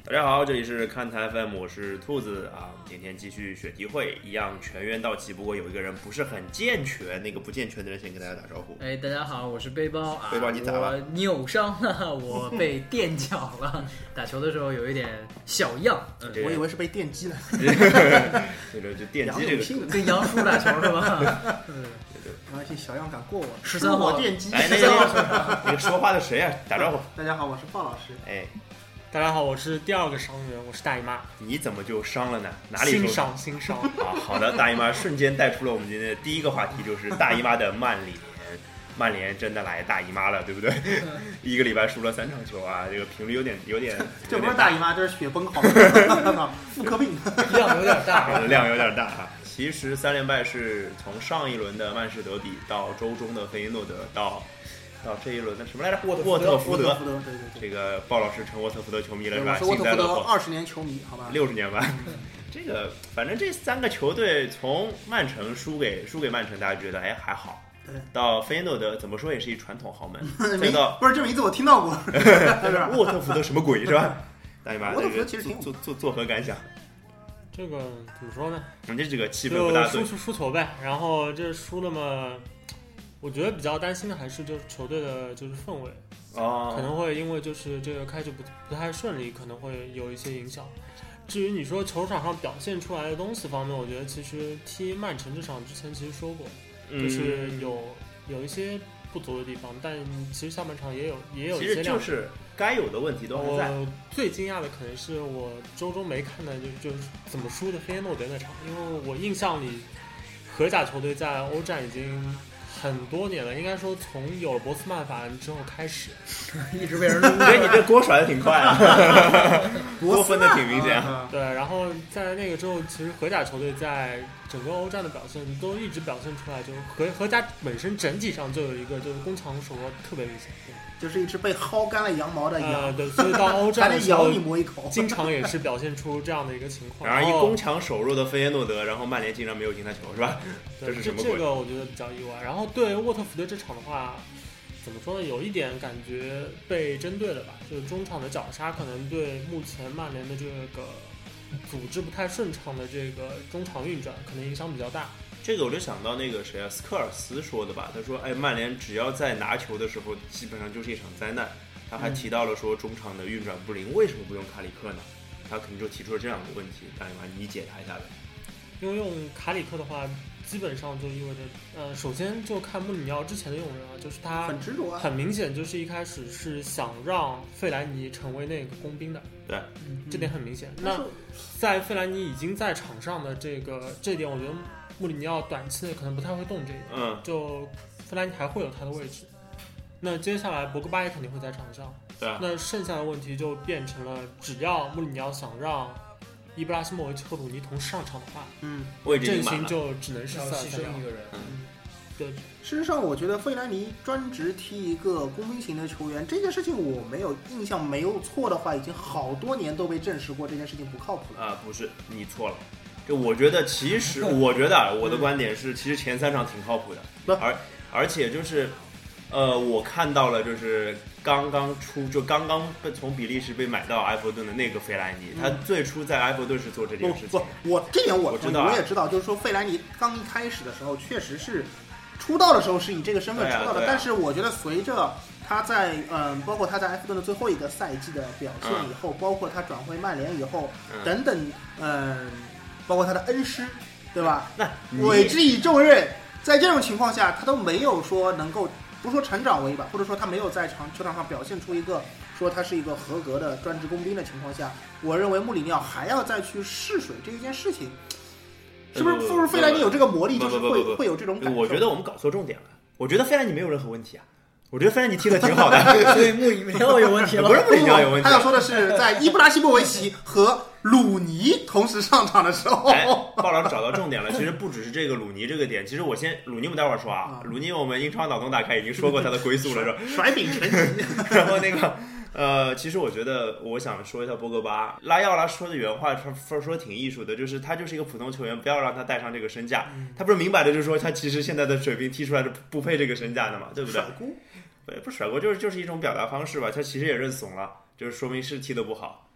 大家好，这里是看台 FM， 我是兔子啊。今天继续选题会，一样全员到齐，不过有一个人不是很健全，那个不健全的人先跟大家打招呼。 大家好，我是背包啊。 背包你咋了？ 我扭伤了，我被垫脚了。打球的时候有一点小样， 我以为是被电击了。 这个就电击这个， 跟杨叔打球是吧？ 而且小样敢过我 ，13号电击。 哎，那个说话的谁啊？打招呼。 大家好，我是鲍老师。 哎。 大家好，我是第二个伤员，我是大姨妈。 你怎么就伤了呢？哪里受伤？ 新伤啊！好的，大姨妈瞬间带出了我们今天的第一个话题，就是大姨妈的曼联。曼联真的来大姨妈了，对不对？一个礼拜输了3场球啊，这个频率有点。 这不是大姨妈，这是血崩好了，妇科病， 量有点大， 量有点大啊。其实3连败是从上一轮的曼市德比到周中的费耶诺德到这一轮的什么来着？沃特福德， 对， 这个鲍老师成沃特福德球迷了是吧？ 我是沃特福德20年球迷，好吧 ？60年吧。这个反正这3个球队从曼城输给曼城，大家觉得还好。到费耶诺德怎么说也是一传统豪门，再到不是这名字我听到过， 沃特福德什么鬼是吧？大姨妈， 沃特福德其实挺作何感想？ 这个怎么说呢？ 我们这个气氛不大对， 输球呗。然后这输了嘛。我觉得比较担心的还是就是球队的就是氛围，可能会因为就是这个开局不太顺利，可能会有一些影响。至于你说球场上表现出来的东西方面，我觉得其实踢曼城这场之前其实说过，就是有一些不足的地方，但其实下半场也有一些亮点， 其实就是该有的问题都还在。 我最惊讶的可能是我周中没看的就是怎么输的费耶诺德那场，因为我印象里荷甲球队在欧战已经很多年了，应该说从有了博斯曼法案之后开始， 一直被人撸。 对，你这锅甩的挺快啊，锅分的挺明显。 对，然后在那个之后，其实荷甲球队在整个欧战的表现都一直表现出来，就荷甲本身整体上就有一个就是攻强手弱特别明显， 就是一只被薅干了羊毛的羊。 对，所以到欧战的时候， 还得咬你摸一口， 经常也是表现出这样的一个情况。 然而一攻强手弱的费耶诺德，然后曼联竟然没有进他球，是吧？ 这是什么鬼？ 这个我觉得比较意外。然后对沃特福德这场的话，怎么说呢？有一点感觉被针对了吧？就是中场的绞杀可能对目前曼联的这个组织不太顺畅的这个中场运转可能影响比较大。 这个我就想到那个谁啊，斯科尔斯说的吧？他说，曼联只要在拿球的时候，基本上就是一场灾难。他还提到了说中场的运转不灵，为什么不用卡里克呢？他肯定就提出了这样的问题。大家你解答一下呗。 因为用卡里克的话，基本上就意味着，首先就看穆里尼奥之前的用人啊，就是他很执着啊， 很明显就是一开始是想让费莱尼成为那个工兵的， 对， 这点很明显。那在费莱尼已经在场上的这点，我觉得穆里尼奥短期内可能不太会动这一点，就费莱尼还会有他的位置。那接下来博格巴也肯定会在场上， 对啊， 那剩下的问题就变成了，只要穆里尼奥想让伊布拉希莫维奇和鲁尼同时上场的话，阵型就只能是牺牲一个人。 对。 事实上，我觉得费莱尼专职踢一个工兵型的球员，这件事情我没有印象，没有错的话，已经好多年都被证实过，这件事情不靠谱了。 不是，你错了。就我觉得，其实我觉得我的观点是，其实前3场挺靠谱的，而且就是。我看到了，就是刚刚从比利时被买到埃弗顿的那个费莱尼，他最初在埃弗顿是做这件事情。 这点我知道， 我也知道，就是说费莱尼刚一开始的时候，确实是出道的时候是以这个身份出道的，但是我觉得随着他在包括他在埃弗顿的最后一个赛季的表现以后，包括他转会曼联以后，等等，包括他的恩师，对吧？ 那委之以重任，在这种情况下，他都没有说能够。不是说成长为吧，或者说他没有在球场上表现出一个说他是一个合格的专职工兵的情况下，我认为穆里尼奥还要再去试水这一件事情，是不是费莱尼有这个魔力，就是会有这种感受？ 我觉得我们搞错重点了。我觉得费莱尼没有任何问题啊，我觉得费莱尼踢得挺好的， 所以穆里尼奥有问题了。 不是穆里尼奥有问题， 他要说的是在伊布拉希莫维奇和鲁尼同时上场的时候， 鲍老师找到重点了。其实不只是这个鲁尼这个点，其实鲁尼我们待会儿说啊，鲁尼我们英超脑洞大开已经说过他的归宿了，是吧？ 甩饼成疾。 然后那个其实我觉得我想说一下博格巴，拉奥拉说的原话，他说挺艺术的，就是他就是一个普通球员，不要让他带上这个身价。他不是明摆的就是说他其实现在的水平踢出来是不配这个身价的嘛，对不对？ 甩锅， 不是甩锅，就是一种表达方式吧。他其实也认怂了，就是说明是踢得不好。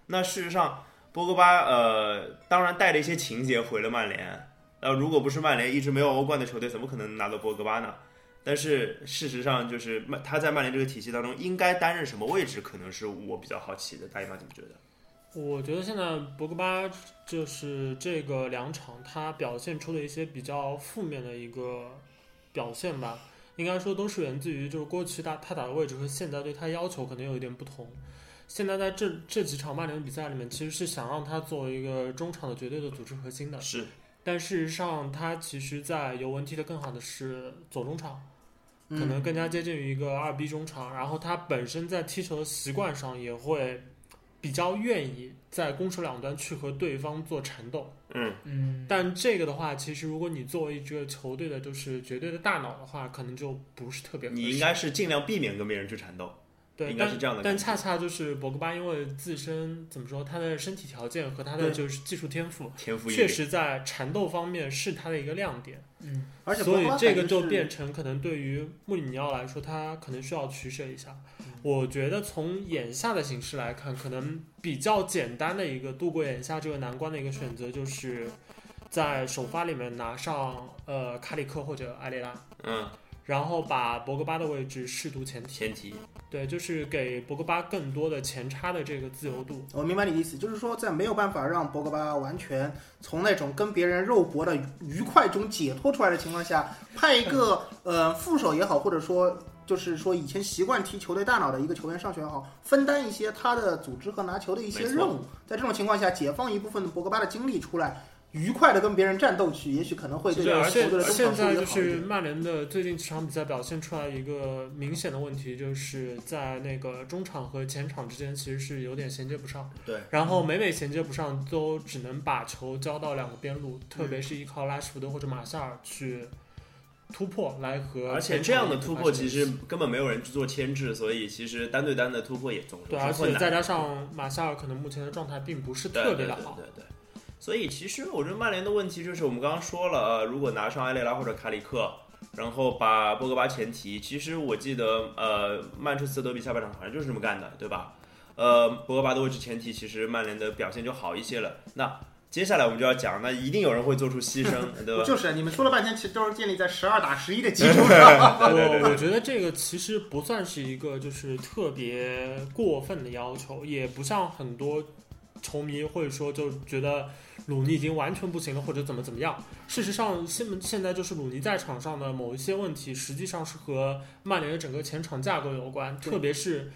那事实上，博格巴当然带着一些情节回了曼联。如果不是曼联一直没有欧冠的球队，怎么可能拿到博格巴呢？但是事实上，就是他在曼联这个体系当中应该担任什么位置，可能是我比较好奇的。大姨妈怎么觉得？ 我觉得现在博格巴就是这个2场他表现出的一些比较负面的一个表现吧，应该说都是源自于就是过去他打的位置和现在对他要求可能有一点不同。现在在这几场曼联的比赛里面，其实是想让他作为一个中场的绝对的组织核心的， 是。 但事实上，他其实在尤文踢得更好的是左中场，可能更加接近于一个2B 中场。然后他本身在踢球的习惯上也会比较愿意在攻守两端去和对方做缠斗。但这个的话，其实如果你作为这个球队的就是绝对的大脑的话，可能就不是特别合适。 你应该是尽量避免跟别人去缠斗。 对， 应该是这样的。 但恰恰就是博格巴，因为自身怎么说，他的身体条件和他的就是技术天赋确实在缠斗方面是他的一个亮点。 而且所以这个就变成可能对于穆里尼奥来说，他可能需要取舍一下。我觉得从眼下的形势来看，可能比较简单的一个度过眼下这个难关的一个选择，就是在首发里面拿上卡里克或者埃雷拉。然后把博格巴的位置试图前提，对，就是给博格巴更多的前插的这个自由度。 我明白你的意思，就是说在没有办法让博格巴完全从那种跟别人肉搏的愉快中解脱出来的情况下，派一个副手也好，或者说就是说以前习惯踢球队大脑的一个球员上去也好，分担一些他的组织和拿球的一些任务。在这种情况下，解放一部分博格巴的精力出来，愉快的跟别人战斗去，也许可能会对球队的中场现在就是曼联的最近几场比赛表现出来一个明显的问题，就是在那个中场和前场之间其实是有点衔接不上。 对， 然后每衔接不上，都只能把球交到2个边路，特别是依靠拉什福德或者马夏尔去突破来和。 而且这样的突破其实根本没有人去做牵制，所以其实单对单的突破也总是对，而且再加上马夏尔可能目前的状态并不是特别的好。 对。所以其实我觉得曼联的问题就是我们刚刚说了，如果拿上埃雷拉或者卡里克，然后把博格巴前提，其实我记得曼彻斯特德比下半场好像就是这么干的，对吧？博格巴的位置前提，其实曼联的表现就好一些了。那接下来我们就要讲，那一定有人会做出牺牲，对吧？ 就是你们说了半天，其实都是建立在12打11的基础上。 我觉得这个其实不算是一个就是特别过分的要求，也不像很多球迷会说就觉得鲁尼已经完全不行了，或者怎么样。事实上，现在就是鲁尼在场上的某一些问题，实际上是和曼联的整个前场架构有关，特别是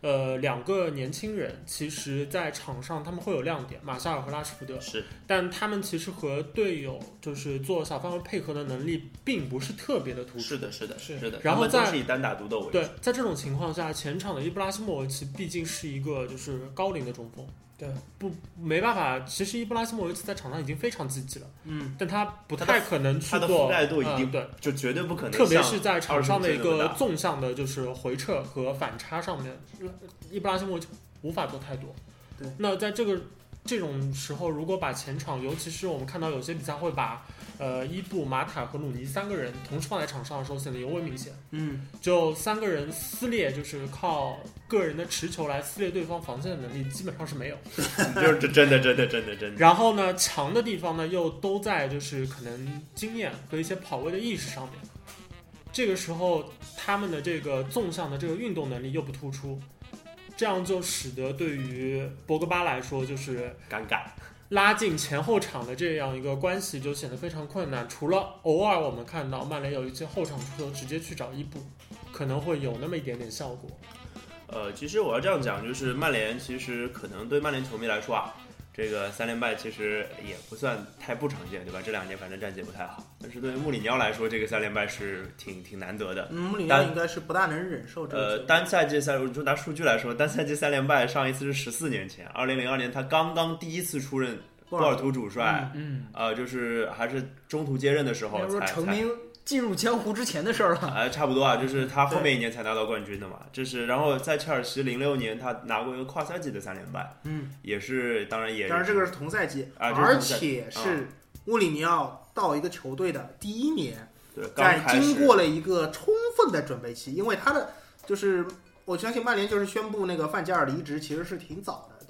2个年轻人，其实在场上他们会有亮点，马夏尔和拉什福德是， 但他们其实和队友就是做小范围配合的能力并不是特别的突出。 是的。 然后都是以单打独斗为主。 对，在这种情况下，前场的伊布拉希莫维奇毕竟是一个就是高龄的中锋。对，没办法。其实伊布拉希莫维奇在场上已经非常积极了，但他不太可能去做， 他的覆盖度一定对， 就绝对不可能。 特别是在场上的一个纵向的，就是回撤和反差上面，伊布拉希莫维奇无法做太多。 对， 那在这种时候，如果把前场，尤其是我们看到有些比赛会把伊布、马塔和鲁尼3个人同时放在场上的时候，显得尤为明显。就3个人撕裂，就是靠个人的持球来撕裂对方防线的能力，基本上是没有。 就是真的。 然后呢，强的地方呢又都在就是可能经验和一些跑位的意识上面。这个时候，他们的这个纵向的这个运动能力又不突出。这样就使得对于博格巴来说就是尴尬， 拉近前后场的这样一个关系就显得非常困难。除了偶尔我们看到曼联有一些后场出球直接去找伊布，可能会有那么一点点效果。 其实我要这样讲，就是曼联其实可能对曼联球迷来说啊，这个3连败其实也不算太不常见，对吧？这2年反正战绩也不太好，但是对于穆里尼奥来说，这个3连败是挺难得的。 穆里尼奥应该是不大能忍受这个。 单赛季就拿数据来说，单赛季3连败，上一次是14年前，2002年他刚刚第一次出任波尔图主帅，就是还是中途接任的时候才成名进入江湖之前的事儿了。 差不多啊，就是他后面1年才拿到冠军的嘛。然后在切尔西06年他拿过一个跨赛季的3连败，也是当然这个是同赛季，而且是穆里尼奥到一个球队的第1年，在经过了一个充分的准备期，因为他的就是我相信曼联就是宣布那个范加尔离职其实是挺早的。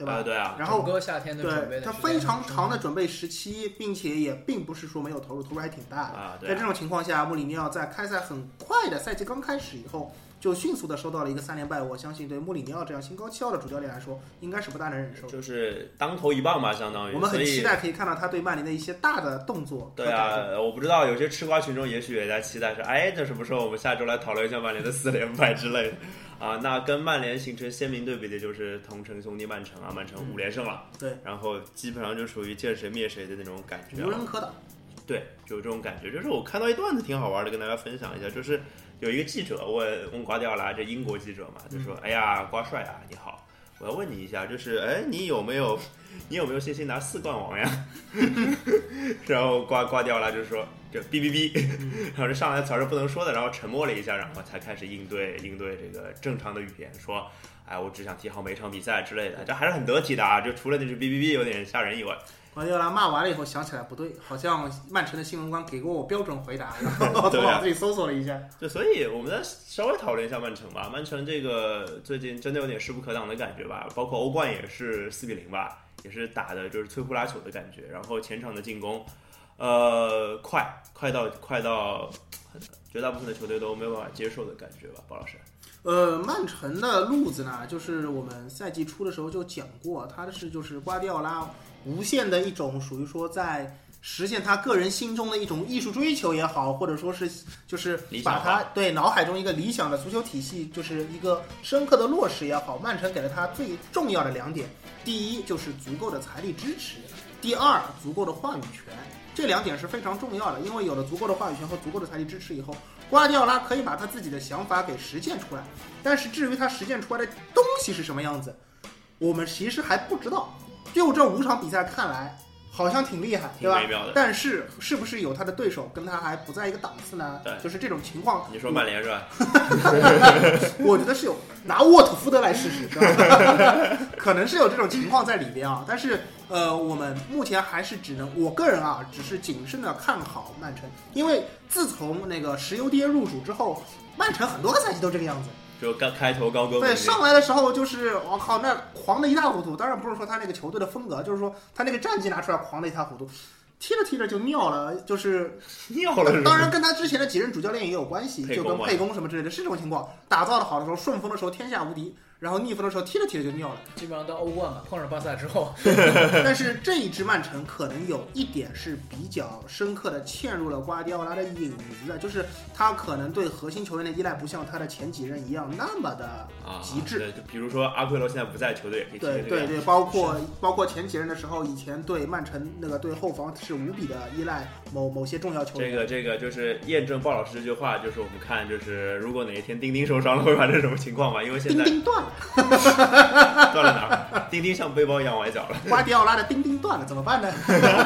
对吧？ 对啊。 然后整个夏天的准备， 对，他非常长的准备时期，并且也并不是说没有投入还挺大的啊。 在这种情况下，穆里尼奥在开赛很快的赛季刚开始以后，就迅速的收到了一个3连败。我相信对穆里尼奥这样心高气傲的主教练来说，应该是不大能忍受的。 就是当头一棒吧，相当于。 我们很期待可以看到他对曼联的一些大的动作。 对啊，我不知道有些吃瓜群众也许也在期待说，这什么时候我们下周来讨论一下曼联的4连败之类的。那跟曼联形成鲜明对比的就是同城兄弟曼城啊，曼城5连胜了， 对， 然后基本上就属于见谁灭谁的那种感觉， 无人可挡。 对，就有这种感觉。就是我看到一段子挺好玩的，跟大家分享一下，就是有一个记者问瓜迪奥拉，这英国记者嘛，就说：“哎呀，瓜帅啊，你好，我要问你一下，就是你有没有信心拿4冠王呀？”然后瓜迪奥拉就说：“就哔哔哔。”然后这上来词是不能说的，然后沉默了一下，然后才开始应对这个正常的语言说：“我只想踢好每场比赛之类的。”这还是很得体的啊，就除了那句哔哔哔有点吓人以外。 瓜迪奥拉骂完了以后想起来不对，好像曼城的新闻官给过我标准回答，然后从脑子里搜索了一下。 对，所以我们再稍微讨论一下曼城吧。曼城这个最近真的有点势不可挡的感觉吧，包括欧冠也是4-0吧，也是打的就是摧枯拉朽的感觉。然后前场的进攻，快到绝大部分的球队都没有办法接受的感觉吧，包老师。 曼城的路子呢，就是我们赛季初的时候就讲过，他就是瓜迪奥拉无限的一种属于说在实现他个人心中的一种艺术追求也好，或者说是就是把他对脑海中一个理想的足球体系就是一个深刻的落实也好，曼城给了他最重要的2点，第一就是足够的财力支持，第二足够的话语权。这2点是非常重要的，因为有了足够的话语权和足够的财力支持以后，瓜迪奥拉可以把他自己的想法给实现出来。但是至于他实现出来的东西是什么样子，我们其实还不知道。就这5场比赛看来，好像挺厉害，对吧？但是是不是有他的对手跟他还不在一个档次呢？ 对， 就是这种情况。 你说曼联是吧？ 我觉得是有，拿沃特福德来试试，是吧？可能是有这种情况在里边啊。但是我们目前还是我个人啊，只是谨慎的看好曼城，因为自从那个石油爹入主之后，曼城很多个赛季都这个样子。 就刚开头高歌对，上来的时候就是我靠，那狂的一塌糊涂。当然不是说他那个球队的风格，就是说他那个战绩拿出来狂的一塌糊涂，踢着踢着就尿了，就是尿了。 当然跟他之前的几任主教练也有关系，就跟沛公什么之类的，是这种情况。打造的好的时候，顺风的时候天下无敌，然后逆风的时候踢着踢着就尿了。 基本上到欧冠嘛，碰上巴萨之后。 但是这一支曼城可能有一点是比较深刻的嵌入了瓜迪奥拉的影子的，就是他可能对核心球员的依赖不像他的前几任一样那么的极致。 对，比如说阿奎罗现在不在球队也可以踢这个。 对，包括前几任的时候，以前对曼城那个对后防是无比的依赖某些重要球员。 这个就是验证鲍老师这句话，就是我们看就是如果哪一天丁丁受伤了会发生什么情况嘛？因为现在丁丁断了。 断了哪儿？钉钉像背包一样崴脚了。 瓜迪奥拉的钉钉断了，怎么办呢？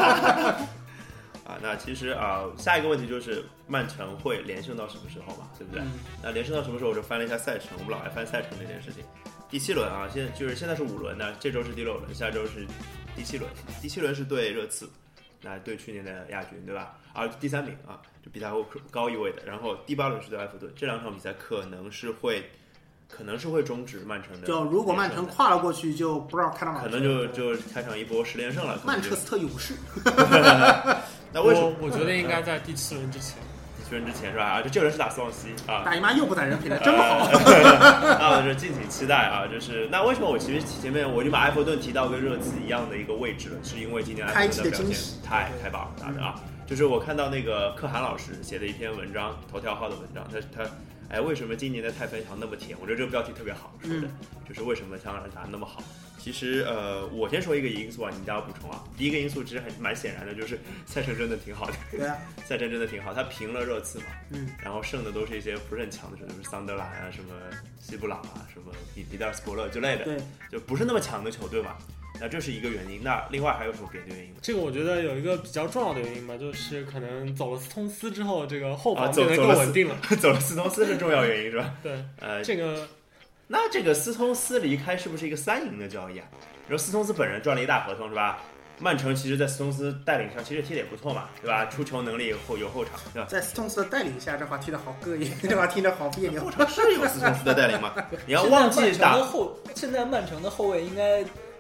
那其实下一个问题就是曼城会连胜到什么时候嘛，对不对？那连胜到什么时候？我就翻了一下赛程，我们老爱翻赛程这件事情。第7轮啊，现在是5轮的，这周是第6轮，下周是第7轮。第7轮是对热刺，那对去年的亚军，对吧？第3名啊，就比他高一位的。然后第8轮是对埃弗顿，这2场比赛可能是会终止曼城的。 就如果曼城跨了过去，就不知道开到哪。 可能就开场一波10连胜了。 曼彻斯特勇士。 那为什么？ 我觉得应该在第7轮之前。 第7轮之前是吧？这轮是打斯旺西啊。 大姨妈又不攒人品了，真好。 这敬请期待啊！就是那为什么我其实前面我就把埃弗顿提到跟热刺一样的一个位置了，是因为今年埃弗顿的表现太棒了，打的啊！就是我看到那个可汗老师写的一篇文章，头条号的文章，他为什么今年的太妃糖那么甜？我觉得这个标题特别好，说的就是为什么香港人打得那么好。其实我先说一个因素啊，你们要补充啊。第一个因素其实还蛮显然的，就是赛程真的挺好的。 对啊， 赛程真的挺好，他平了热刺嘛，然后胜的都是一些不是很强的球队，比如桑德兰啊、什么西布朗啊、什么比德尔斯伯勒之类的， 对， 就不是那么强的球队嘛。那这是一个原因。那另外还有什么别的原因吗？ 这个我觉得有一个比较重要的原因吧，就是可能走了斯通斯之后，这个后防变得更稳定了。 走了斯通斯是重要原因是吧？ 对， 这个斯通斯离开是不是一个3赢的交易啊？然后斯通斯本人赚了一大合同是吧？曼城其实，在斯通斯带领上，其实踢得也不错嘛，对吧？出球能力有后场，对吧？ 在斯通斯的带领下，这话踢得好膈应，这话听着好别扭。 后场是有斯通斯的带领吗？你要忘记现在曼城的后卫应该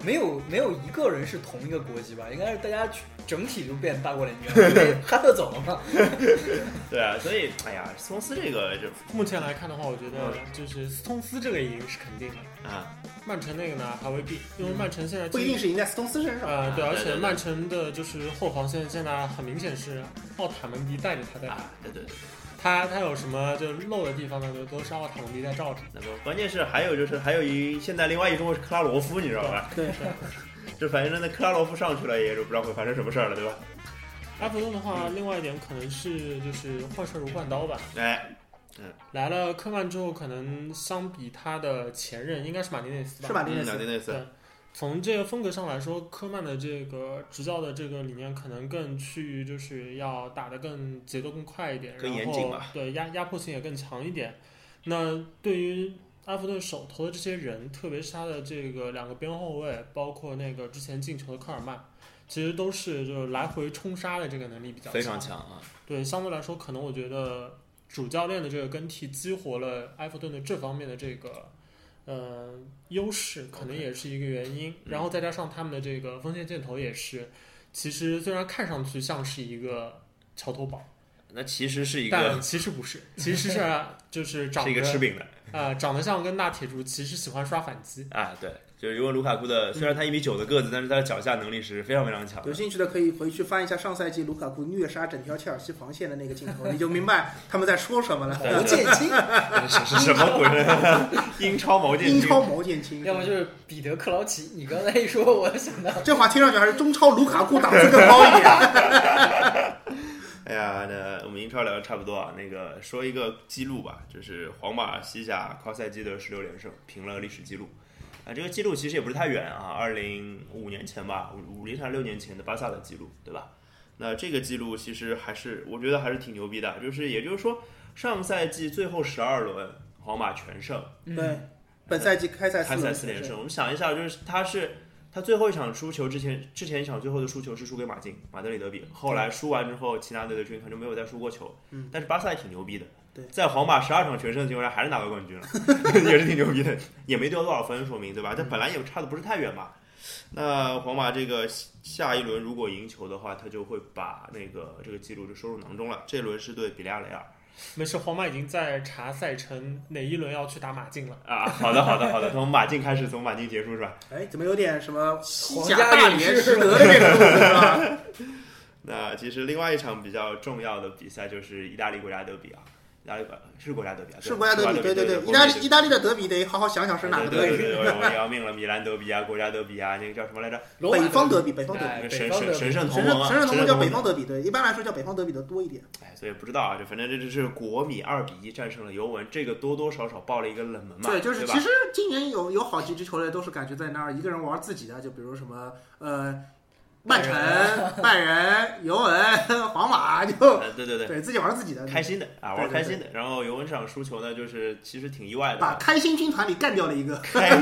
没有一个人是同一个国籍吧？应该是大家整体就变大国联军了，因为哈特走了嘛。 对啊，所以哎呀，斯通斯这个就目前来看的话，我觉得就是斯通斯这个赢是肯定的啊。 曼城那个呢还未必，因为曼城现在不一定是赢在斯通斯身上对，而且曼城的就是后防线现在很明显是奥塔门迪带着他在打， 对。 他有什么就漏的地方呢，都是奥塔门迪在罩着。 那么关键是还有现在另外一中卫是克拉罗夫，你知道吧？ 对， 就反正那克拉罗夫上去了，也就不知道会发生什么事儿了，对吧？ 埃弗顿的话，另外一点可能是就是换帅如换刀吧。来了科曼之后，可能相比他的前任应该是马丁内斯吧？ 是马丁内斯。 对，从这个风格上来说，科曼的这个执教的这个理念可能更趋于就是要打得更节奏更快一点， 更严谨吧。 然后对压迫性也更强一点。那对于埃弗顿手头的这些人，特别是他的这个2个边后卫，包括那个之前进球的科尔曼，其实都是就是来回冲杀的这个能力比较强， 非常强啊。 对，相对来说，可能我觉得主教练的这个更替激活了埃弗顿的这方面的这个优势，可能也是一个原因。然后再加上他们的这个锋线箭头也是，其实虽然看上去像是一个桥头堡， 那其实是一个， 但其实不是，其实是就是长得是一个吃饼的长得像根大铁柱，其实喜欢刷反击啊。对，就是尤文卢卡库的，虽然他1.9米的个子，但是他的脚下能力是非常非常强的。 有兴趣的可以回去翻一下上赛季卢卡库虐杀整条切尔西防线的那个镜头，你就明白他们在说什么了。 毛剑卿是什么鬼？英超毛剑卿， 要么就是彼得克劳奇。你刚才一说，我就想到这话听上去还是中超卢卡库档次更高一点。 哎呀，那我们英超聊的差不多啊，那个说一个记录吧，就是皇马西甲跨赛季的16连胜，平了历史记录。这个记录其实也不是太远啊，2005年前吧，5年还是6年前的巴萨的记录，对吧？那这个记录其实我觉得还是挺牛逼的，也就是说，上赛季最后12轮皇马全胜， 对，本赛季开赛 4连胜。我们想一下，就是他最后一场输球之前一场最后的输球是输给马德里德比，后来输完之后，其他队的均衡就没有再输过球。但是巴萨也挺牛逼的，在皇马12场全胜的情况下还是拿到冠军了，也是挺牛逼的，也没丢多少分，说明对吧？这本来也差的不是太远嘛。那皇马这个下一轮如果赢球的话，他就会把这个记录就收入囊中了。这轮是对比利亚雷尔。 没事，皇马已经在查赛程哪一轮要去打马竞了啊！好的，从马竞开始，从马竞结束是吧？ 哎，怎么有点什么西甲大连实德的这个路子是吧？ 那其实另外一场比较重要的比赛就是意大利国家德比啊。是国家德比啊， 是国家德比，对，意大利的德比得好好想想是哪个德比。 对，我要命了，米兰德比啊，国家德比啊，那个叫什么来着？ 北方德比， 神圣同盟叫北方德比，对，一般来说叫北方德比的多一点。 所以不知道啊，反正这就是国米2-1战胜了尤文，这个多多少少爆了一个冷门嘛。 对，就是其实今年有好几支球队都是感觉在那儿一个人玩自己的，就比如什么曼城、拜仁、尤文、皇马，就对自己玩自己的， 开心的啊，玩开心的。然后尤文这场输球呢，就是其实挺意外的， 把开心军团里干掉了一个。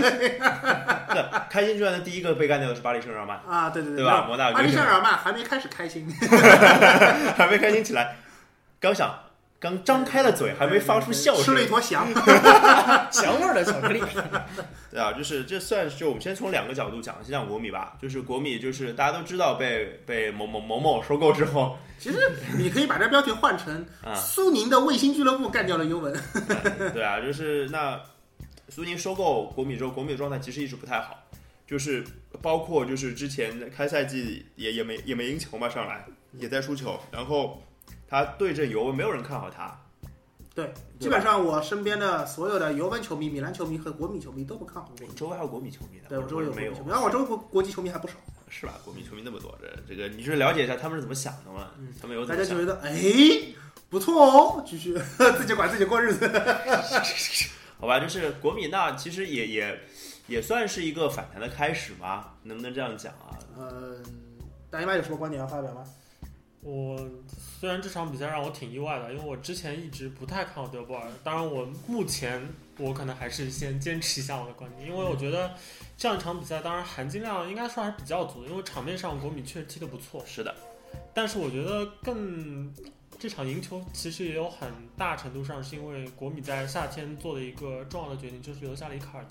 开心军团的第一个被干掉的是巴黎圣日耳曼啊，对吧？摩纳哥。 巴黎圣日耳曼还没开始开心， 还没开心起来，刚张开了嘴，还没发出笑声， 吃了一坨翔味的巧克力。 对啊，就是这算是，就我们先从2个角度讲，先讲国米吧。就是国米，就是大家都知道被某收购之后， 其实你可以把这标题换成苏宁的卫星俱乐部干掉了尤文。 对啊，就是那苏宁收购国米之后，国米的状态其实一直不太好，就是包括就是之前开赛季也没赢球嘛，上来也在输球，然后他对阵尤文，没有人看好他。 对，基本上我身边的所有的尤文球迷、米兰球迷和国米球迷都不看好我。 周围还有国米球迷的， 对，我周围有国米球迷，然后我周围国际球迷还不少。 是吧？国米球迷那么多，这个你就是了解一下他们是怎么想的嘛？他们有怎么想？ 大家就觉得不错哦，继续自己管自己过日子。 好吧，就是国米那其实也算是一个反弹的开始吧？能不能这样讲啊？ 大姨妈有什么观点要发表吗？ 我虽然这场比赛让我挺意外的，因为我之前一直不太看好德布尔，当然目前我可能还是先坚持一下我的观点，因为我觉得这样一场比赛当然含金量应该说还是比较足的，因为场面上国米确实踢得不错。 是的， 但是我觉得这场赢球其实也有很大程度上是因为国米在夏天做的一个重要的决定，就是留下了伊卡尔迪。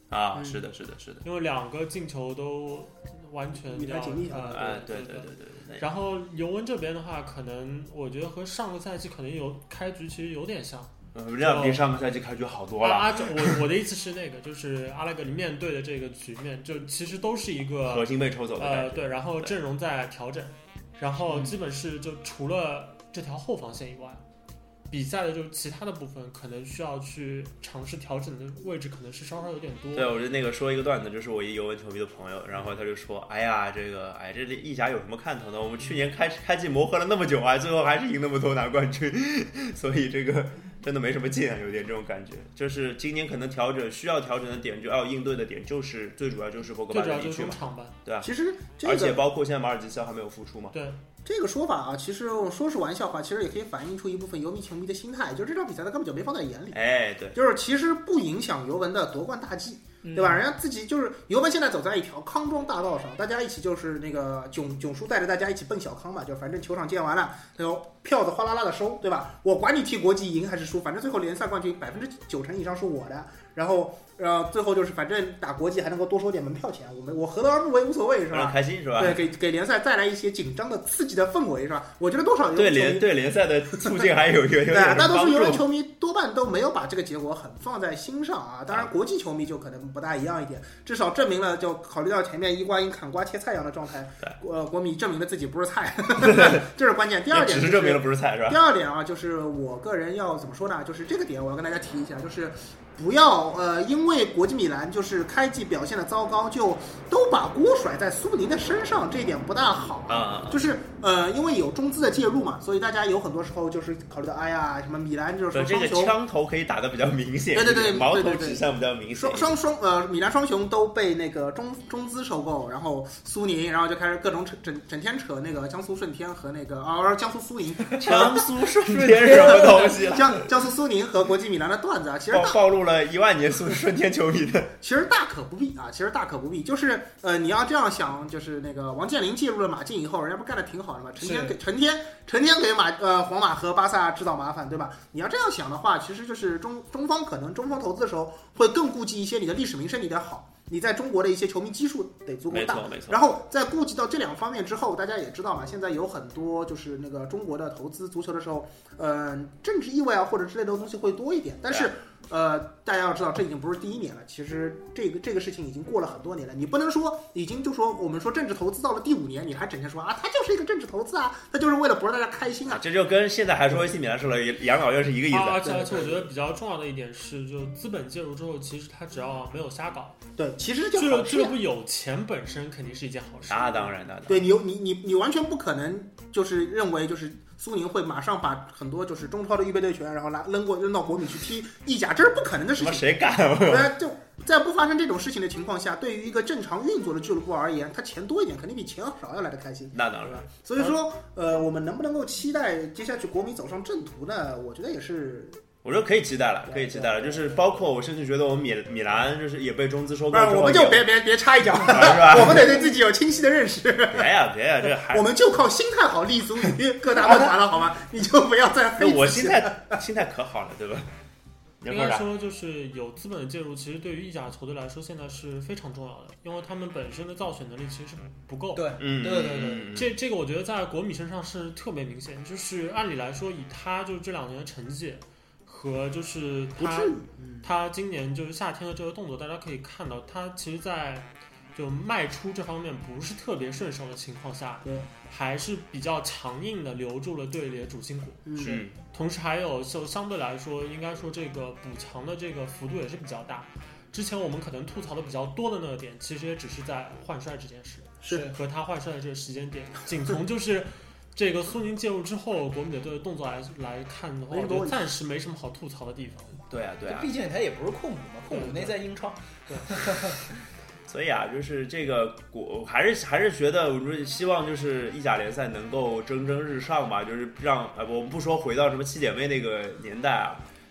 啊，是的， 因为2个进球都完全紧密下来， 对。然后尤文这边的话，可能我觉得和上个赛季可能开局其实有点像。 这样比上个赛季开局好多了。 我的意思是就是阿莱格里面对的这个局面，就其实都是一个核心被抽走的对，然后阵容在调整，然后基本是就除了这条后防线以外，比赛的就是其他的部分可能需要去尝试调整的位置，可能是稍稍有点多。 对，我就那个说一个段子，就是我一尤文球迷的朋友，然后他就说：“哎呀，这意甲有什么看头呢？我们去年开季磨合了那么久啊，最后还是赢那么多拿冠军，所以这个真的没什么劲啊，有点这种感觉。就是今年可能需要调整的点，就要应对的点，就是最主要就是博格巴的离去嘛，对吧？ 其实而且包括现在马尔基斯还没有复出嘛， 对。” 这个说法啊，其实我说是玩笑话，其实也可以反映出一部分尤球迷的心态，就是这场比赛他根本就没放在眼里。 对， 就是其实不影响尤文的夺冠大计，对吧？人家自己就是尤文现在走在一条康庄大道上，大家一起就是那个囧叔带着大家一起奔小康嘛，就反正球场建完了，票子哗啦啦的收，对吧？我管你踢国际赢还是输，反正最后联赛冠军90%以上是我的。然后最后就是反正打国际还能够多收点门票钱，我何乐而不为，无所谓是吧？ 开心是吧？ 对，给联赛带来一些紧张的、刺激的氛围是吧？我觉得多少对联赛的促进还有对，大多数尤文球迷多半都没有把这个结果很放在心上啊。当然，国际球迷就可能不大一样一点，至少证明了，就考虑到前面伊瓜因砍瓜切菜一样的状态，国米证明了自己不是菜，这是关键。第二点、 只是证明了不是菜是吧？ 第二点啊，就是我个人要怎么说呢？就是这个点我要跟大家提一下，就是不要因为国际米兰就是开季表现的糟糕，就都把锅甩在苏宁的身上，这一点不大好啊。就是因为有中资的介入嘛，所以大家有很多时候就是考虑到，哎呀，什么米兰就是这个枪头可以打得比较明显， 对， 矛头指向比较明显。 米兰双雄都被那个中资收购，然后苏宁，然后就开始各种整天扯那个江苏舜天和那个江苏苏宁， 江苏舜天什么东西？ 江苏苏宁和国际米兰的段子啊，其实暴露了1万年舜天球迷的， 其实大可不必啊，就是你要这样想，就是那个王健林介入了马竞以后，人家不干得挺好的吗？成天给皇马和巴萨制造麻烦，对吧？你要这样想的话，其实就是中方投资的时候会更顾及一些你的历史名声，你得好，你在中国的一些球迷基数得足够大， 没错。 然后在顾及到这2方面之后，大家也知道嘛，现在有很多就是那个中国的投资足球的时候，政治意味啊或者之类的东西会多一点，但是。大家要知道，这已经不是第1年了。其实这个事情已经过了很多年了。你不能说已经就说我们说政治投资到了第5年，你还整天说啊，它就是一个政治投资啊，它就是为了博让大家开心啊。 这就跟现在还说 AC 米兰是了养老院是一个意思。 而且我觉得比较重要的一点是，就资本介入之后，其实他只要没有瞎搞， 对，其实就俱乐部有钱本身肯定是一件好事。 那当然。 对你完全不可能就是认为就是苏宁会马上把很多就是中超的预备队权，然后扔到国米去踢意甲，这是不可能的事情。 谁干？ 就在不发生这种事情的情况下，对于一个正常运作的俱乐部而言，他钱多一点肯定比钱少要来的开心。 那当然。 所以说，我们能不能够期待接下去国米走上正途呢？我觉得也是。 我说可以期待了，就是包括我甚至觉得我们米兰就是也被中资收购之后， 我们就别插一脚，是吧？我们得对自己有清晰的认识。 别呀，这还我们就靠心态好立足于各大论坛了，好吗？你就不要再黑。 我心态可好了，对吧？ 应该说，就是有资本的介入，其实对于意甲球队来说，现在是非常重要的，因为他们本身的造血能力其实是不够。 对，对， 这个我觉得在国米身上是特别明显。就是按理来说，以他就是这2年的成绩。和就是他今年就是夏天的这个动作，大家可以看到，他其实在就卖出这方面不是特别顺手的情况下，还是比较强硬的留住了队里的主心骨。同时还有就相对来说，应该说这个补强的这个幅度也是比较大。之前我们可能吐槽的比较多的那个点，其实也只是在换帅这件事， 是和他换帅的这个时间点，仅从就是这个苏宁介入之后，国米的这个动作来看的话，我觉得暂时没什么好吐槽的地方。 对啊， 毕竟他也不是控股嘛，控股内在英超。 对。 所以啊，就是这个我还是觉得，我说希望就是意甲联赛能够蒸蒸日上吧，就是让我们不说回到什么7姐妹那个年代啊，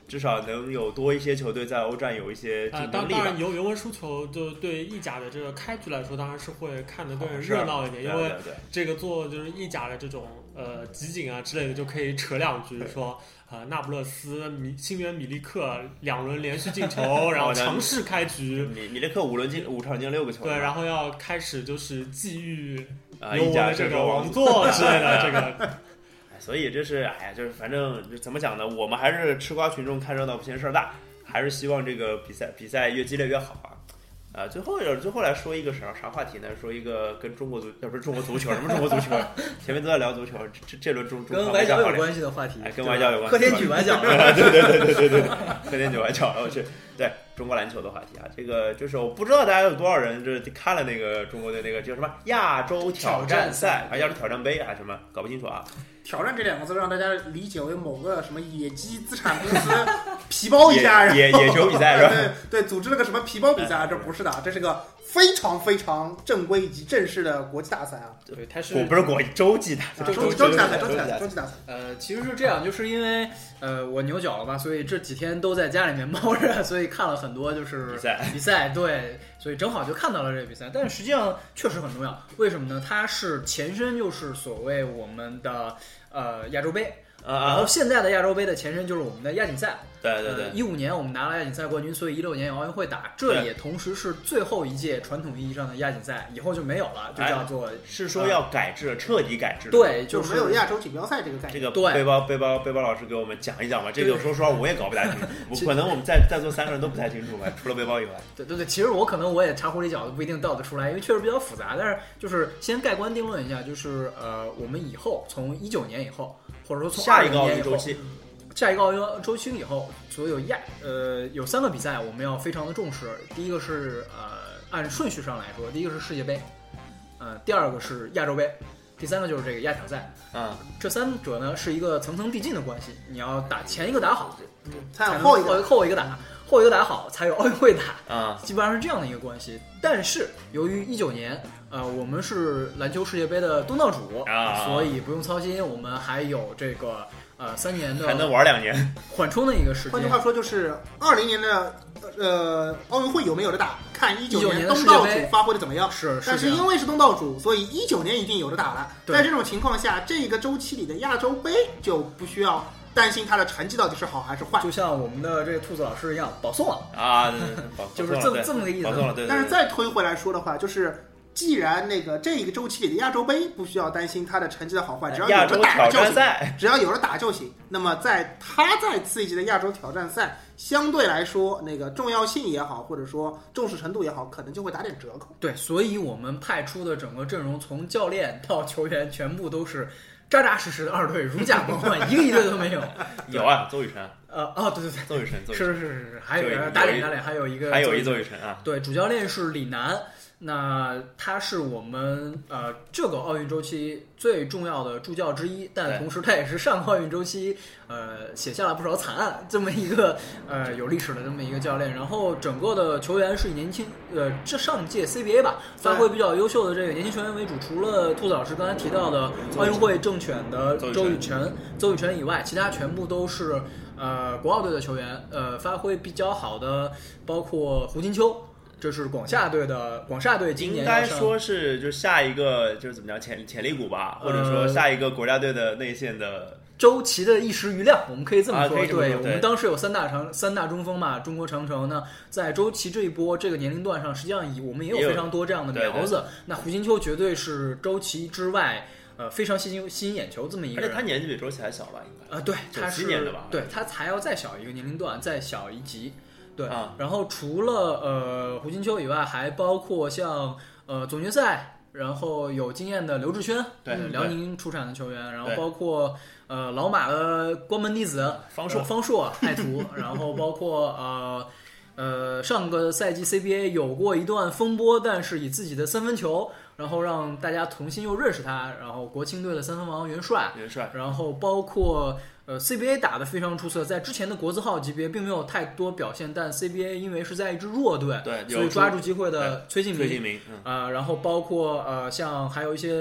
至少能有多一些球队在欧战有一些竞争力吧。 当然尤文输球就对意甲的这个开局来说，当然是会看得更热闹一点，因为这个做就是意甲的这种集锦啊之类的，就可以扯两句说那不勒斯新援米利克2轮连续进球，然后强势开局。 米利克5场进6个球。 对，然后要开始就是觊觎尤文的这个王座之类的这个。 所以这是就是反正怎么讲呢？我们还是吃瓜群众看热闹不嫌事儿大，还是希望这个比赛越激烈越好啊！最后来说一个啥话题呢？说一个跟中国不是中国足球，什么中国足球？前面都在聊足球，这轮中跟外交有关系的话题， 跟外交有关系。 贺天举崴脚， 对，贺天举崴脚，我去，对中国篮球的话题啊，这个就是我不知道大家有多少人就是看了那个中国的那个叫什么亚洲挑战赛亚洲挑战杯什么，搞不清楚啊。 挑战这2个字让大家理解为某个什么野鸡资产公司皮包一下， 野球比赛是吧？ 对，组织了个什么皮包比赛，这不是的，这是个非常非常正规以及正式的国际大赛啊。 对，它是不是洲际大赛， 洲际大赛。 其实是这样，就是因为我扭脚了吧，所以这几天都在家里面猫着，所以看了很多就是比赛，对，所以正好就看到了这个比赛。但是实际上确实很重要，为什么呢？它是前身就是所谓我们的亚洲杯。然后现在的亚洲杯的前身就是我们的亚锦赛， 对 ，15年我们拿了亚锦赛冠军，所以16年有奥运会打，这也同时是最后一届传统意义上的亚锦赛，以后就没有了，就叫做是说要改制，彻底改制， 对， 就是没有亚洲锦标赛这个概念。 这个背包老师给我们讲一讲吧，这个说实话我也搞不太清楚，可能我们在座3个人都不太清楚吧，除了背包以外。 对，其实我可能也茶壶里搅的不一定倒得出来，因为确实比较复杂，但是就是先盖棺定论一下，就是我们以后从19年以后。或者说从下一个奥运周期以后，所有有3个比赛我们要非常的重视。第一个是按顺序上来说，第一个是世界杯，第2个是亚洲杯，第3个就是这个亚挑赛。这3者呢是一个层层递进的关系，你要打前一个打好，才能后一个打好，才有奥运会打。基本上是这样的一个关系。但是由于19年。我们是篮球世界杯的东道主，所以不用操心。我们还有这个3年的， 还能玩2年缓冲的一个时间。 换句话说，就是20年的奥运会有没有的打，看19 年东道主发挥的怎么样。但是因为是东道主，所以19年一定有的打了。在这种情况下，这个周期里的亚洲杯就不需要担心他的成绩到底是好还是坏。 就像我们的这个兔子老师一样，保送了就是这么个意思。 但是再推回来说的话，就是既然这一个周期里的亚洲杯不需要担心他的成绩的好坏，只要有了打就行，只要有了打就行。那么在他再次一级的亚洲挑战赛，相对来说重要性也好，或者说重视程度也好，可能就会打点折扣。 对，所以我们派出的整个阵容，从教练到球员，全部都是扎扎实实的2队，如假包换，一个一队都没有。 有啊，邹宇辰。 对， 邹宇辰是，还有打脸，还有一个邹宇辰啊。 对，主教练是李楠。那他是我们这个奥运周期最重要的助教之一，但同时他也是上个奥运周期写下了不少惨案这么一个有历史的这么一个教练。然后整个的球员是以年轻这上届 CBA 吧发挥比较优秀的这个年轻球员为主，除了兔子老师刚才提到的奥运会正选的邹宇辰以外，其他全部都是国奥队的球员，发挥比较好的包括胡金秋。这是广厦队今年应该说是就下一个就是怎么讲潜力股吧，或者说下一个国家队的内线的周琦的一时余亮，我们可以这么说。对，我们当时有三大中锋嘛，中国长城呢，在周琦这一波这个年龄段上，实际上我们也有非常多这样的苗子。那胡金秋绝对是周琦之外，非常吸引眼球这么一个人。 而且他年纪比周琦还小吧？应该对，他是 97年的吧？ 对，他才要再小一个年龄段，再小一级。对，然后除了胡金秋以外，还包括像总决赛，然后有经验的刘志轩， 对， 辽宁出产的球员，然后包括老马的关门弟子方硕爱徒，然后包括上个赛季 CBA 有过一段风波，但是以自己的3分球，然后让大家重新又认识他，然后国青队的3分王元帅，然后包括CBA 打得非常出色，在之前的国字号级别并没有太多表现，但 CBA 因为是在一支弱队， 对， 所以抓住机会的崔敬明， 然后包括像还有一些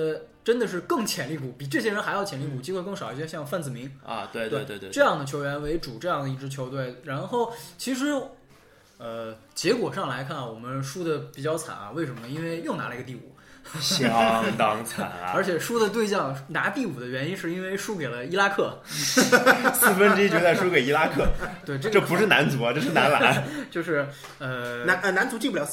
真的是更潜力股，比这些人还要潜力股，机会更少一些，像范子铭啊，对， 这样的球员为主，这样的一支球队。然后其实结果上来看，我们输的比较惨啊，为什么呢？因为又拿了一个第5。 相当惨啊！ 而且输的对象拿第5的原因是因为输给了伊拉克 ，1/4决赛输给伊拉克。 对， 这不是男足啊，这是男篮。 就是男足进不了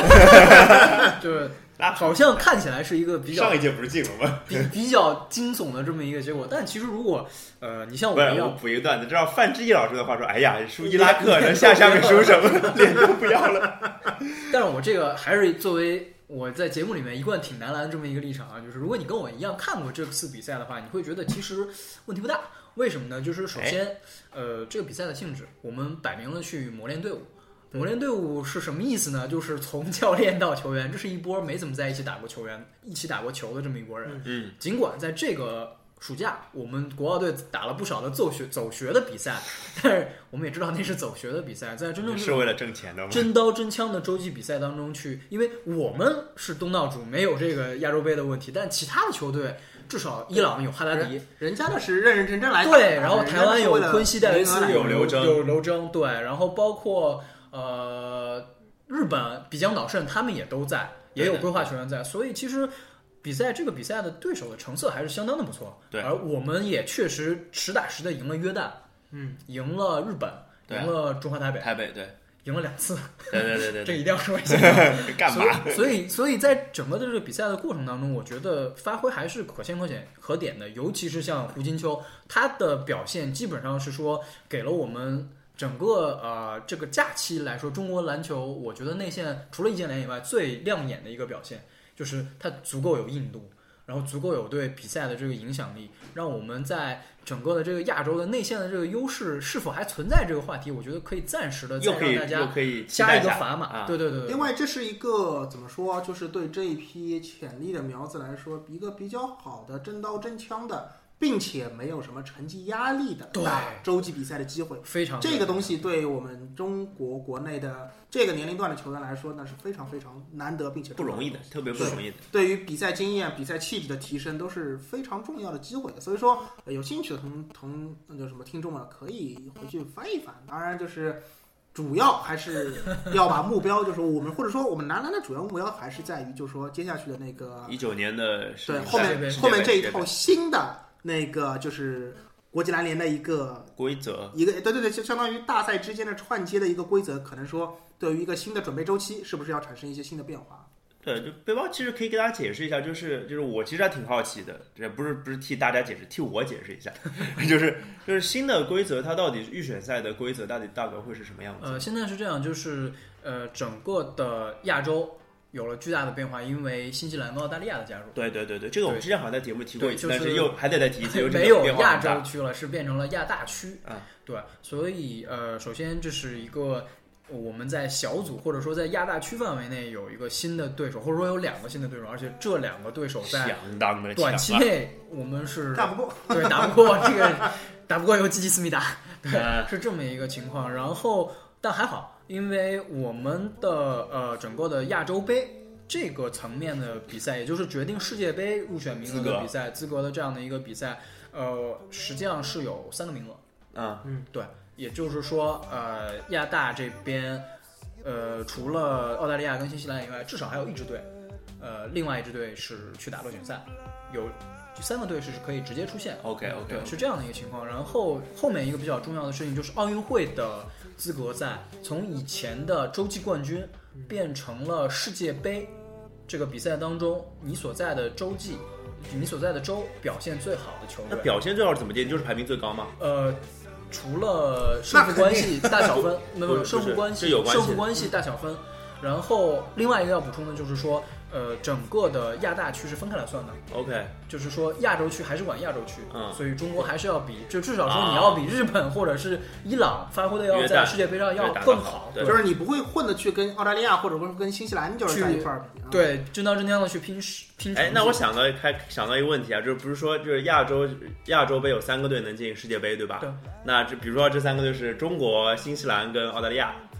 1/4， 就是好像看起来是一个比较上一届不是进了吗？ 比较惊悚的这么一个结果。但其实如果你像我们我补一个段子，知道范志毅老师的话说：“哎呀，输伊拉克，能下面输什么？脸都不要了。” 但是我这个还是作为我在节目里面一贯挺男篮这么一个立场啊，就是如果你跟我一样看过这次比赛的话，你会觉得其实问题不大。为什么呢？就是首先，这个比赛的性质，我们摆明了去磨练队伍。磨练队伍是什么意思呢？就是从教练到球员，这是一波没怎么在一起打过球员、一起打过球的这么一波人。尽管在这个暑假，我们国奥队打了不少的走学的比赛，但是我们也知道那是走学的比赛，在真正是为了挣钱的吗？ 真刀真枪的洲际比赛当中去，因为我们是东道主，没有这个亚洲杯的问题，但其他的球队。至少伊朗有哈达迪， 人家的是认认真真来打。 对，然后台湾有昆西戴维斯， 有刘铮， 对，然后包括日本比江岛慎他们也都在，也有规划球员在，所以其实这个比赛的对手的成色还是相当的不错。 对， 而我们也确实实打实的赢了约旦，赢了日本，赢了中华台北， 对。 赢了2次， 对， 这一定要说一下。 干嘛？ 所以在整个的这个比赛的过程当中，我觉得发挥还是可圈可点的，尤其是像胡金秋，他的表现基本上是说给了我们整个这个假期来说，中国篮球我觉得内线除了易建联以外最亮眼的一个表现，就是他足够有硬度。然后足够有对比赛的这个影响力，让我们在整个的这个亚洲的内线的这个优势是否还存在这个话题，我觉得可以暂时的再让大家加一个砝码。对。 另外，这是一个怎么说，就是对这一批潜力的苗子来说，一个比较好的真刀真枪的，并且没有什么成绩压力的打洲际比赛的机会， 非常这个东西对我们中国国内的这个年龄段的球员来说，那是非常非常难得并且不容易的，特别不容易的。 对于比赛经验、比赛气质的提升都是非常重要的机会的。所以说，有兴趣的那叫什么听众们可以回去翻一翻。当然，就是主要还是要把目标，就是我们或者说我们男篮的主要目标还是在于，就是说接下去的那个 19年的对后面这一套新的那个就是国际篮联的一个规则， 一个对，就相当于大赛之间的串接的一个规则，可能说对于一个新的准备周期，是不是要产生一些新的变化？ 对，就背包其实可以给大家解释一下，就是我其实还挺好奇的，这不是替大家解释，替我解释一下，就是新的规则它到底预选赛的规则大概会是什么样子？ 现在是这样，就是整个的亚洲有了巨大的变化，因为新西兰和澳大利亚的加入。 对，这个我们之前好像在节目里提过一次，但是又还得再提一次， 没有亚洲区了，是变成了亚大区啊。 对，所以首先这是一个我们在小组或者说在亚大区范围内有一个新的对手，或者说有2个新的对手，而且这2个对手在相当的短期内我们是打不过， 对，打不过这个打不过有基基斯密达，对，是这么一个情况。然后但还好，因为我们的整个的亚洲杯这个层面的比赛，也就是决定世界杯入选名额的比赛资格的这样的一个比赛，实际上是有3个名额。对，也就是说，亚大这边，除了澳大利亚跟新西兰以外，至少还有1支队，另外1支队是去打落选赛，有3个队是可以直接出现。 OK， 对，是这样的一个情况。然后后面一个比较重要的事情就是奥运会的资格赛从以前的洲际冠军变成了世界杯这个比赛当中，你所在的洲际，你所在的州表现最好的球队。 那表现最好是怎么定？就是排名最高吗？ 除了胜负关系大小分，没有胜负关系，胜负关系大小分。然后另外一个要补充的就是说，整个的亚大区是分开来算的。 OK， 就是说亚洲区还是管亚洲区，所以中国还是要比，就至少说你要比日本或者是伊朗发挥的要在世界杯上要更好。 对， 就是你不会混的去跟澳大利亚或者说跟新西兰就是在一块儿比。 对，真刀真枪的去拼。 那我想到一个问题啊，就是不是说就是亚洲杯有3个队能进世界杯对吧？ 对。 那比如说这3个队是中国、新西兰跟澳大利亚。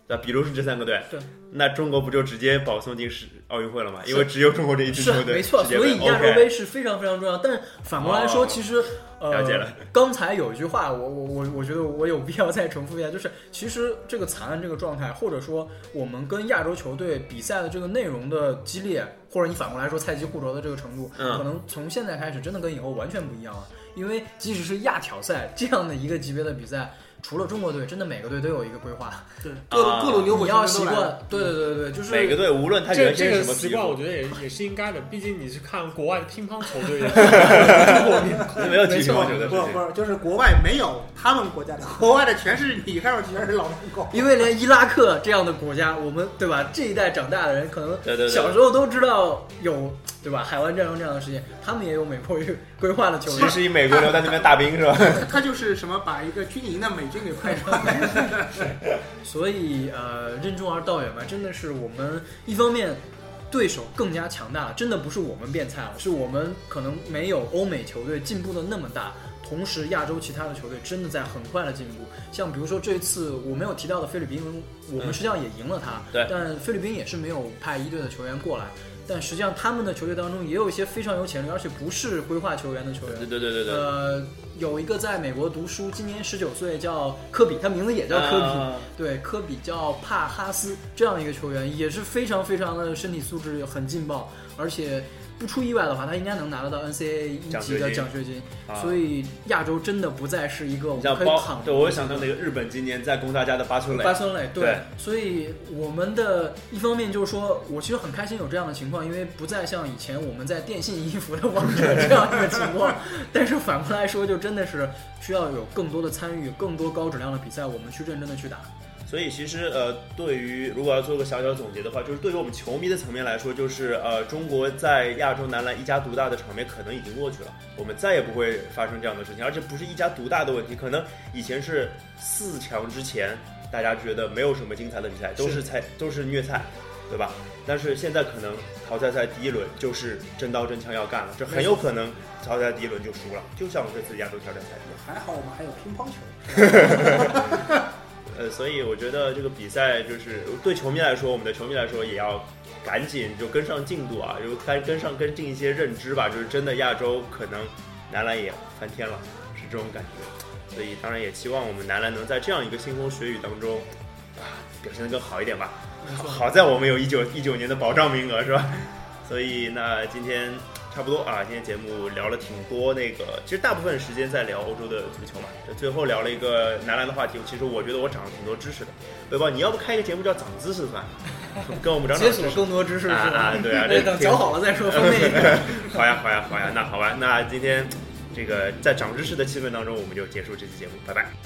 对，比如是这3个队， 对， 那中国不就直接保送进奥运会了吗？因为只有中国这一支球队， 没错，所以亚洲杯是非常非常重要。但反过来说，其实了解了。 刚才有一句话，我觉得我有必要再重复一下，就是其实这个惨案这个状态，或者说我们跟亚洲球队比赛的这个内容的激烈，或者你反过来说菜鸡互啄的这个程度，可能从现在开始真的跟以后完全不一样了。因为即使是亚挑赛这样的一个级别的比赛，除了中国队，真的每个队都有一个规划。 对，各路牛虎你要习惯。对，就是每个队无论他原先这个习惯，我觉得也是应该的。毕竟你是看国外的乒乓球队， 没有踢乒乓球的， 不，就是国外没有他们国家的，国外的全是你看上去全是老面孔。 因为连伊拉克这样的国家，我们对吧？这一代长大的人，可能小时候都知道有对吧？海湾战争这样的事情，他们也有美国规划的球员。 其实以美国留在那边大兵是吧？ 他就是什么把一个军营的美军给派出来。 所以任重而道远吧，真的是我们一方面对手更加强大了，真的不是我们变菜了，是我们可能没有欧美球队进步的那么大。同时，亚洲其他的球队真的在很快的进步，像比如说这一次我没有提到的菲律宾，我们实际上也赢了他，但菲律宾也是没有派一队的球员过来。但实际上他们的球队当中也有一些非常有潜力，而且不是规划球员的球员。 对。 有一个在美国读书，今年19岁，叫科比，他名字也叫科比。对，科比叫帕哈斯，这样一个球员也是非常非常的身体素质很劲爆，而且不出意外的话，他应该能拿得到 NCAA 1级的奖学金。所以亚洲真的不再是一个我们可以躺。 对，我想到那个日本今年在攻大家的八村垒。 对，所以我们的一方面就是说，我其实很开心有这样的情况，因为不再像以前我们在电信衣服的王者这样一个情况。但是反过来说，就真的是需要有更多的参与，更多高质量的比赛，我们去认真的去打。 所以其实对于如果要做个小小总结的话，就是对于我们球迷的层面来说，就是中国在亚洲男篮一家独大的场面可能已经过去了，我们再也不会发生这样的事情，而且不是一家独大的问题，可能以前是4强之前大家觉得没有什么精彩的比赛，都是虐菜，对吧？但是现在可能淘汰赛第一轮就是真刀真枪要干了，这很有可能淘汰赛第一轮就输了，就像这次亚洲挑战赛一样。 还好我们还有乒乓球。 所以我觉得这个比赛就是对球迷来说，我们的球迷来说也要赶紧就跟上进度啊，就跟进一些认知吧，就是真的亚洲可能男篮也翻天了，是这种感觉。所以当然也期望我们男篮能在这样一个腥风血雨当中表现得更好一点吧。好在我们有19年的保障名额是吧？所以那今天差不多啊，今天节目聊了挺多其实大部分时间在聊欧洲的足球嘛，最后聊了一个男篮的话题，其实我觉得我长了挺多知识的。对吧？你要不开一个节目叫长知识算，跟我们长解锁更多知识是吧？ 对啊， 等脚好了再说，方便一点。 好呀，那好吧，那今天这个在长知识的气氛当中，我们就结束这期节目，拜拜。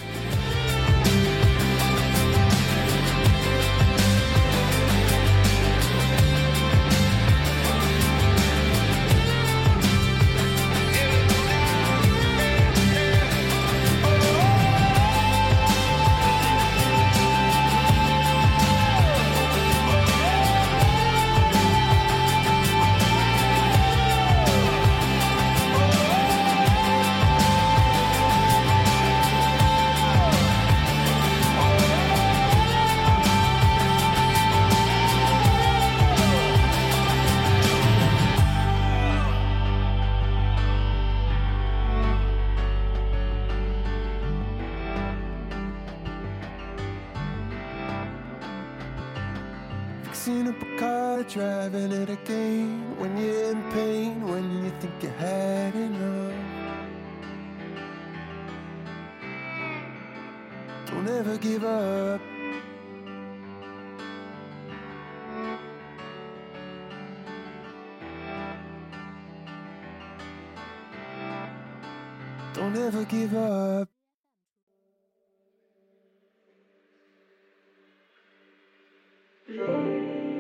Fixing up a car, driving it again. When you're in pain, when you think you had enough. Don't ever give up. Don't ever give up. Yeah.